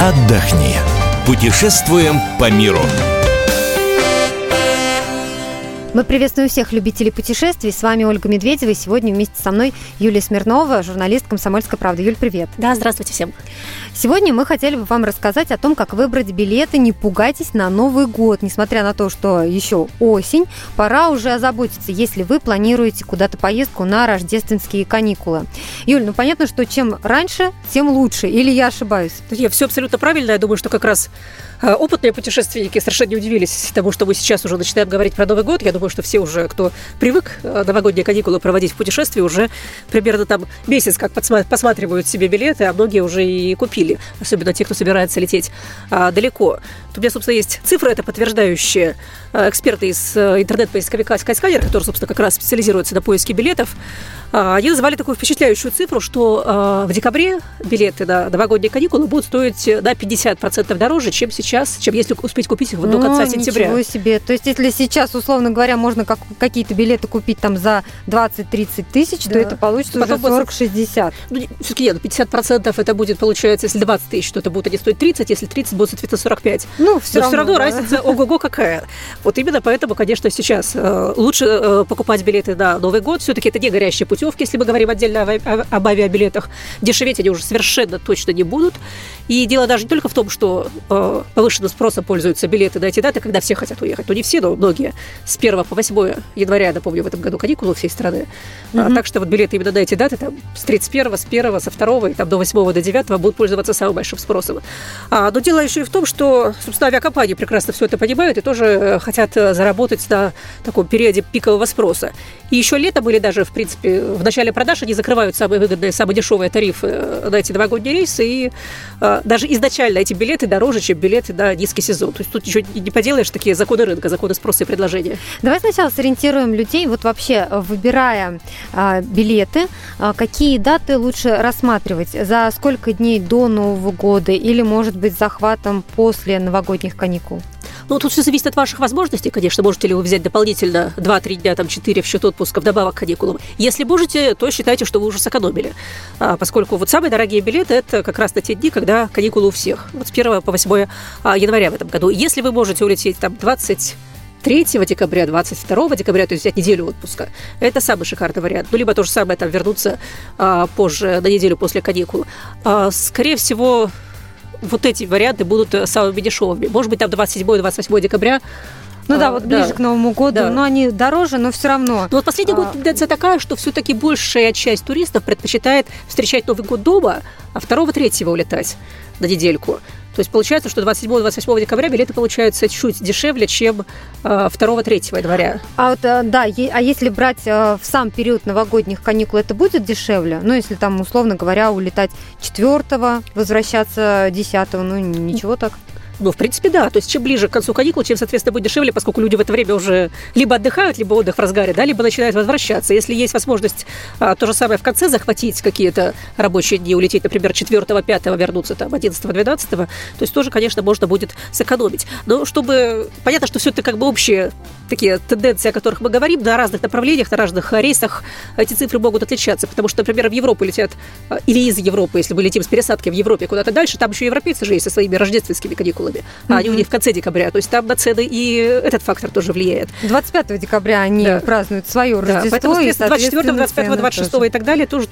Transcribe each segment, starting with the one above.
отдохни. Путешествуем по миру. Мы приветствуем всех любителей путешествий. С вами Ольга Медведева. И сегодня вместе со мной Юлия Смирнова, журналист «Комсомольской правды». Юль, привет. Да, здравствуйте всем. Сегодня мы хотели бы вам рассказать о том, как выбрать билеты. Не пугайтесь на Новый год. Несмотря на то, что еще осень, пора уже озаботиться, если вы планируете куда-то поездку на рождественские каникулы. Юль, понятно, что чем раньше, тем лучше. Или я ошибаюсь? Все абсолютно правильно. Я думаю, что как раз опытные путешественники совершенно не удивились тому, что мы сейчас уже начинаем говорить про Новый год. Я думаю, что все уже, кто привык новогодние каникулы проводить в путешествии, уже примерно там месяц как посматривают себе билеты, а многие уже и купили, особенно те, кто собирается лететь далеко. У меня, собственно, есть цифры, это подтверждающие эксперты из интернет-поисковика Skyscanner, который, собственно, как раз специализируется на поиске билетов. Они назвали такую впечатляющую цифру, что в декабре билеты на новогодние каникулы будут стоить на 50% дороже, чем сейчас, чем если успеть купить их до конца сентября. Ничего себе. То есть, если сейчас, условно говоря, можно какие-то билеты купить там за 20-30 тысяч, то это получится уже 40-60. Все-таки нет, 50% это будет, получается, если 20 тысяч, то это будет они стоить 30, если 30, будет, соответственно, 45. Все равно да. Разница ого-го какая. Вот именно поэтому, конечно, сейчас лучше покупать билеты на Новый год. Все-таки это не горящие путевки, если мы говорим отдельно об авиабилетах. Дешеветь они уже совершенно точно не будут. И дело даже не только в том, что повышенным спросом пользуются билеты на эти даты, когда все хотят уехать. Но не все, но многие. С 1 по 8 января, напомню, в этом году каникулы всей страны. Так что вот билеты именно на эти даты, там, с 31, с 1, со 2 и там, до 8, до 9 будут пользоваться самым большим спросом. Но дело еще и в том, что, собственно, авиакомпании прекрасно все это понимают и тоже хотят заработать на таком периоде пикового спроса. И еще летом или даже, в принципе, в начале продаж они закрывают самые выгодные, самые дешевые тарифы на эти новогодние рейсы. И даже изначально эти билеты дороже, чем билеты на низкий сезон. То есть тут ничего не поделаешь, такие законы рынка, законы спроса и предложения. Давай сначала сориентируем людей, вот вообще, выбирая билеты, какие даты лучше рассматривать? За сколько дней до Нового года или, может быть, с захватом после новогодних каникул? Тут все зависит от ваших возможностей, конечно. Можете ли вы взять дополнительно 2-3 дня, 4 в счет отпуска вдобавок к каникулам. Если можете, то считайте, что вы уже сэкономили. Поскольку вот самые дорогие билеты – это как раз на те дни, когда каникулы у всех. Вот с 1 по 8 января в этом году. Если вы можете улететь 23 декабря, 22 декабря, то есть взять неделю отпуска, это самый шикарный вариант. Либо то же самое вернуться позже, на неделю после каникул. Скорее всего, вот эти варианты будут самыми дешевыми. Может быть, 27-28 декабря. Ближе к Новому году. Да. Но они дороже, но все равно. Но последний год тенденция такая, что все-таки большая часть туристов предпочитает встречать Новый год дома, а 2-3 улетать на недельку. То есть получается, что 27-28 декабря билеты получаются чуть дешевле, чем 2-3 января. А если брать в сам период новогодних каникул, это будет дешевле? Если там, условно говоря, улетать 4-го, возвращаться 10-го, ничего так? В принципе, да. То есть, чем ближе к концу каникул, тем, соответственно, будет дешевле, поскольку люди в это время уже либо отдыхают, либо отдых в разгаре, либо начинают возвращаться. Если есть возможность то же самое в конце захватить какие-то рабочие дни, улететь, например, 4-5, вернуться 11-12, то есть тоже, конечно, можно будет сэкономить. Но чтобы... Понятно, что все это общие такие тенденции, о которых мы говорим, на разных направлениях, на разных рейсах эти цифры могут отличаться, потому что, например, в Европу летят, или из Европы, если мы летим с пересадки в Европе куда-то дальше, там еще европейцы же есть со своими рождественскими каникулами. Они у них в конце декабря. То есть там на цены и этот фактор тоже влияет. 25 декабря они празднуют свое Рождество. Поэтому, соответственно, 24, 25, 26 и так далее тоже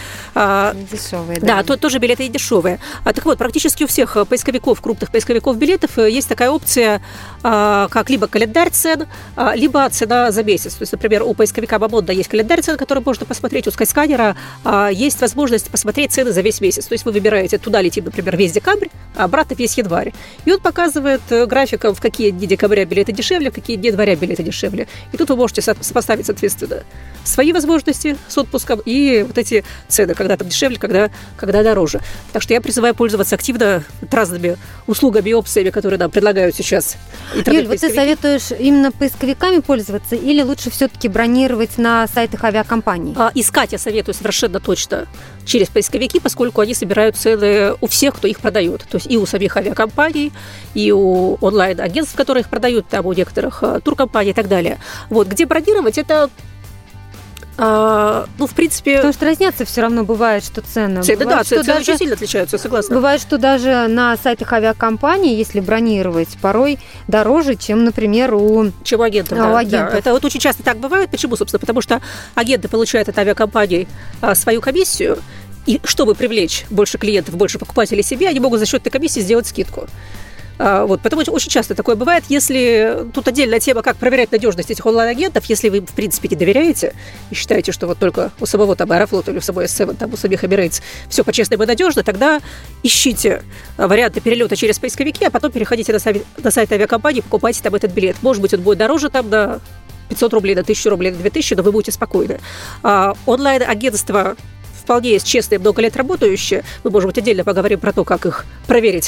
дешевые. Да, тоже билеты дешевые. Так вот, практически у всех поисковиков, крупных поисковиков билетов есть такая опция, как либо календарь цен, либо цена за месяц. То есть, например, у поисковика Мамонда есть календарь цен, который можно посмотреть, у Skyscanner есть возможность посмотреть цены за весь месяц. То есть вы выбираете, туда летим, например, весь декабрь, а обратно весь январь. И он показывает графиком, в какие дни декабря билеты дешевле, в какие дни января билеты дешевле. И тут вы можете сопоставить, соответственно, свои возможности с отпуском и вот эти цены, когда там дешевле, когда дороже. Так что я призываю пользоваться активно разными услугами и опциями, которые нам предлагают сейчас Юль, вот ты советуешь именно поисковиками пользоваться или лучше все-таки бронировать на сайтах авиакомпаний? Искать я советую совершенно точно через поисковики, поскольку они собирают цены у всех, кто их продает. То есть и у самих авиакомпаний, и у онлайн-агентств, которые их продают, там у некоторых туркомпаний и так далее. Вот, где бронировать, это В принципе... Потому что разнятся все равно, бывает, что цены. Цены очень сильно отличаются, согласна. Бывает, что даже на сайтах авиакомпаний, если бронировать, порой дороже, чем, например, чем у агентов. У агентов. Да. Это вот очень часто так бывает. Почему, собственно? Потому что агенты получают от авиакомпаний свою комиссию, и чтобы привлечь больше клиентов, больше покупателей себе, они могут за счет этой комиссии сделать скидку. Поэтому очень часто такое бывает. Если тут отдельная тема, как проверять надежность этих онлайн-агентов, если вы, в принципе, не доверяете и считаете, что вот только у самого там Аэрофлота или у самой S7, там у самих Emirates все по-честному и надежно, тогда ищите варианты перелета через поисковики, а потом переходите на сайт авиакомпании, покупайте там этот билет. Может быть, он будет дороже там на 500 рублей, на 1000 рублей, на 2000, но вы будете спокойны. Онлайн-агентства вполне есть честные, много лет работающие. Мы, может быть, отдельно поговорим про то, как их проверить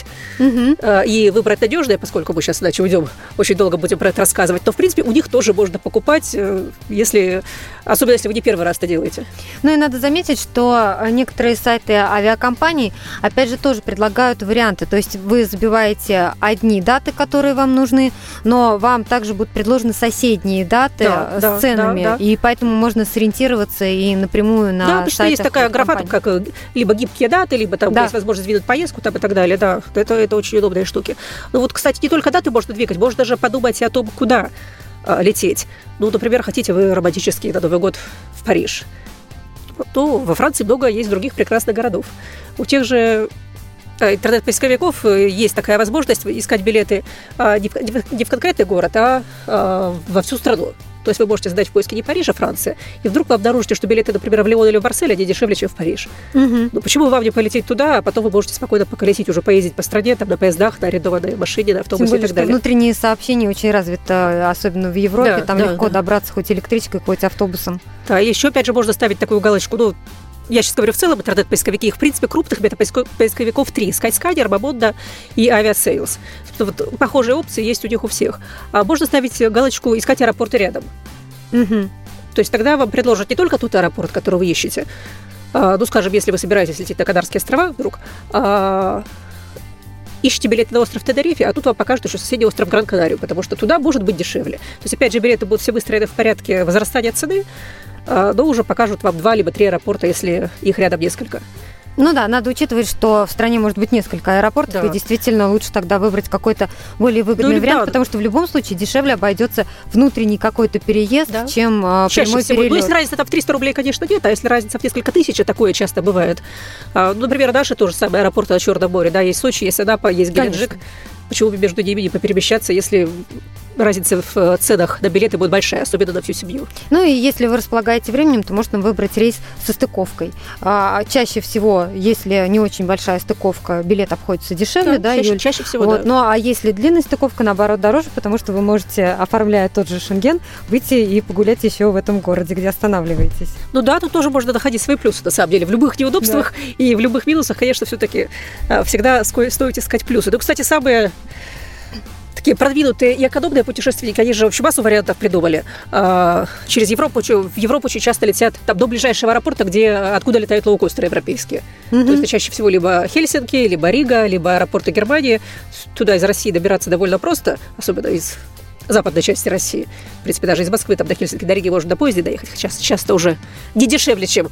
и выбрать надежные, поскольку мы сейчас иначе уйдем, очень долго будем про это рассказывать. Но, в принципе, у них тоже можно покупать, особенно если вы не первый раз это делаете. Ну и надо заметить, что некоторые сайты авиакомпаний, опять же, тоже предлагают варианты. То есть вы забиваете одни даты, которые вам нужны, но вам также будут предложены соседние даты с ценами. Да. И поэтому можно сориентироваться и напрямую на сайтах. Есть такая графа, там, как либо гибкие даты, либо там есть возможность сдвинуть поездку там, и так далее. Да, это очень удобные штуки. Ну вот, кстати, не только даты можно двигать, можно даже подумать о том, куда лететь. Ну, например, хотите вы романтически на Новый год в Париж. То во Франции много есть других прекрасных городов. У тех же интернет-поисковиков есть такая возможность искать билеты не в конкретный город, а во всю страну. То есть вы можете задать в поиске не Париж, а Франция, и вдруг вы обнаружите, что билеты, например, в Лион или в Марсель, они дешевле, чем в Париж. Ну, почему вам не полететь туда, а потом вы можете спокойно поколесить, уже поездить по стране, там, на поездах, на арендованной машине, на автобусе. Тем более, и так далее. Внутренние сообщения очень развиты, особенно в Европе, там легко добраться хоть электричкой, хоть автобусом. Да, и еще, опять же, можно ставить такую галочку, я сейчас говорю в целом интернет-поисковики, их, в принципе, крупных мета-поисковиков 3. Skyscanner, Mobonda и Aviasales. Вот похожие опции есть у них у всех. Можно ставить галочку «Искать аэропорты рядом». То есть тогда вам предложат не только тот аэропорт, который вы ищете. Скажем, если вы собираетесь лететь на Канарские острова вдруг, ищите билеты на остров Тенерифе, а тут вам покажут, что соседний остров Гран-Канарию, потому что туда может быть дешевле. То есть, опять же, билеты будут все выстроены в порядке возрастания цены, но уже покажут вам 2 либо 3 аэропорта, если их рядом несколько. Ну да, надо учитывать, что в стране может быть несколько аэропортов, и действительно лучше тогда выбрать какой-то более выгодный вариант, потому что в любом случае дешевле обойдется внутренний какой-то переезд, чем прямой перелет. Если разница там в 300 рублей, конечно, нет, а если разница в несколько тысяч, такое часто бывает. Например, наши тоже самые аэропорты на Черном море, есть Сочи, есть Анапа, есть Геленджик. Почему бы между ними не поперемещаться, если разница в ценах на билеты будет большая, особенно на всю семью. Ну и если вы располагаете временем, то можно выбрать рейс со стыковкой. Чаще всего, если не очень большая стыковка, билет обходится дешевле, чаще всего, Ну а если длинная стыковка, наоборот, дороже, потому что вы можете, оформляя тот же Шенген, выйти и погулять еще в этом городе, где останавливаетесь. Тут тоже можно находить свои плюсы, на самом деле. В любых неудобствах и в любых минусах, конечно, все-таки всегда стоит искать плюсы. Кстати, самые такие продвинутые и экономные путешественники, они же вообще массу вариантов придумали. Через Европу, в Европу очень часто летят там, до ближайшего аэропорта, откуда летают лоукостеры европейские. То есть это чаще всего либо Хельсинки, либо Рига, либо аэропорты Германии. Туда из России добираться довольно просто, особенно из западной части России. В принципе, даже из Москвы там, до Хельсинки, до Риги можно на поезде доехать. Часто уже не дешевле, чем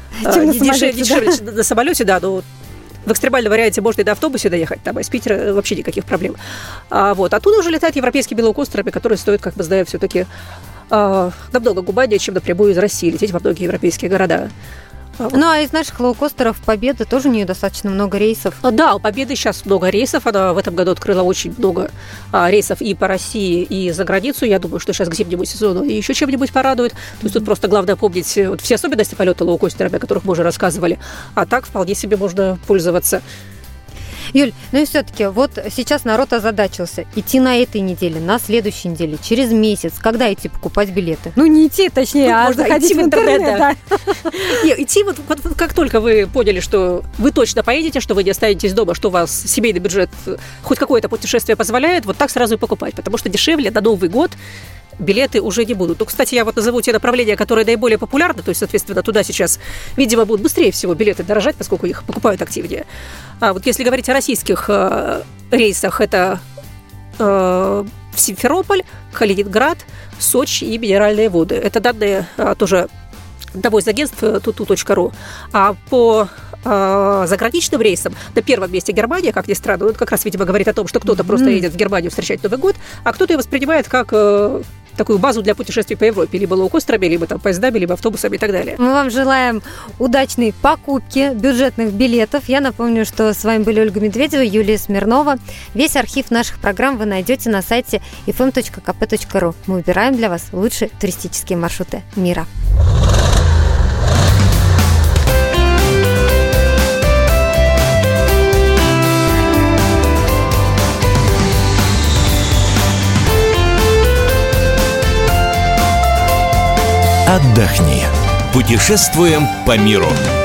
на самолете, но в экстремальном варианте можно и на автобусе доехать, там из Питера вообще никаких проблем. Оттуда уже летают европейскими лоукостерами, которые стоят, как мы знаем, все-таки намного гуманнее, чем напрямую из России лететь во многие европейские города. Ну, а из наших лоукостеров Победы тоже у нее достаточно много рейсов. Да, у Победы сейчас много рейсов. Она в этом году открыла очень много рейсов и по России, и за границу. Я думаю, что сейчас к зимнему сезону еще чем-нибудь порадует. То есть тут просто главное помнить все особенности полета лоукостерами, о которых мы уже рассказывали. А так вполне себе можно пользоваться. Юль, ну и все-таки вот сейчас народ озадачился. Идти на этой неделе, на следующей неделе, через месяц. Когда идти покупать билеты? Ну, не идти, точнее, а заходить в интернет. Идти вот как только вы поняли, что вы точно поедете, что вы не останетесь дома, что у вас семейный бюджет хоть какое-то путешествие позволяет, вот так сразу и покупать. Потому что дешевле на Новый год билеты уже не будут. Кстати, я назову те направления, которые наиболее популярны, то есть, соответственно, туда сейчас, видимо, будут быстрее всего билеты дорожать, поскольку их покупают активнее. Вот если говорить о российских рейсах, это Симферополь, Калининград, Сочи и Минеральные воды. Это данные тоже одного из агентств tutu.ru. А по заграничным рейсам на первом месте Германия, как ни странно, это как раз, видимо, говорит о том, что кто-то просто едет в Германию встречать Новый год, а кто-то ее воспринимает как такую базу для путешествий по Европе, либо лоукостерами, либо там поездами, либо автобусами и так далее. Мы вам желаем удачной покупки бюджетных билетов. Я напомню, что с вами были Ольга Медведева, Юлия Смирнова. Весь архив наших программ вы найдете на сайте fm.kp.ru. Мы выбираем для вас лучшие туристические маршруты мира. Отдохни. Путешествуем по миру.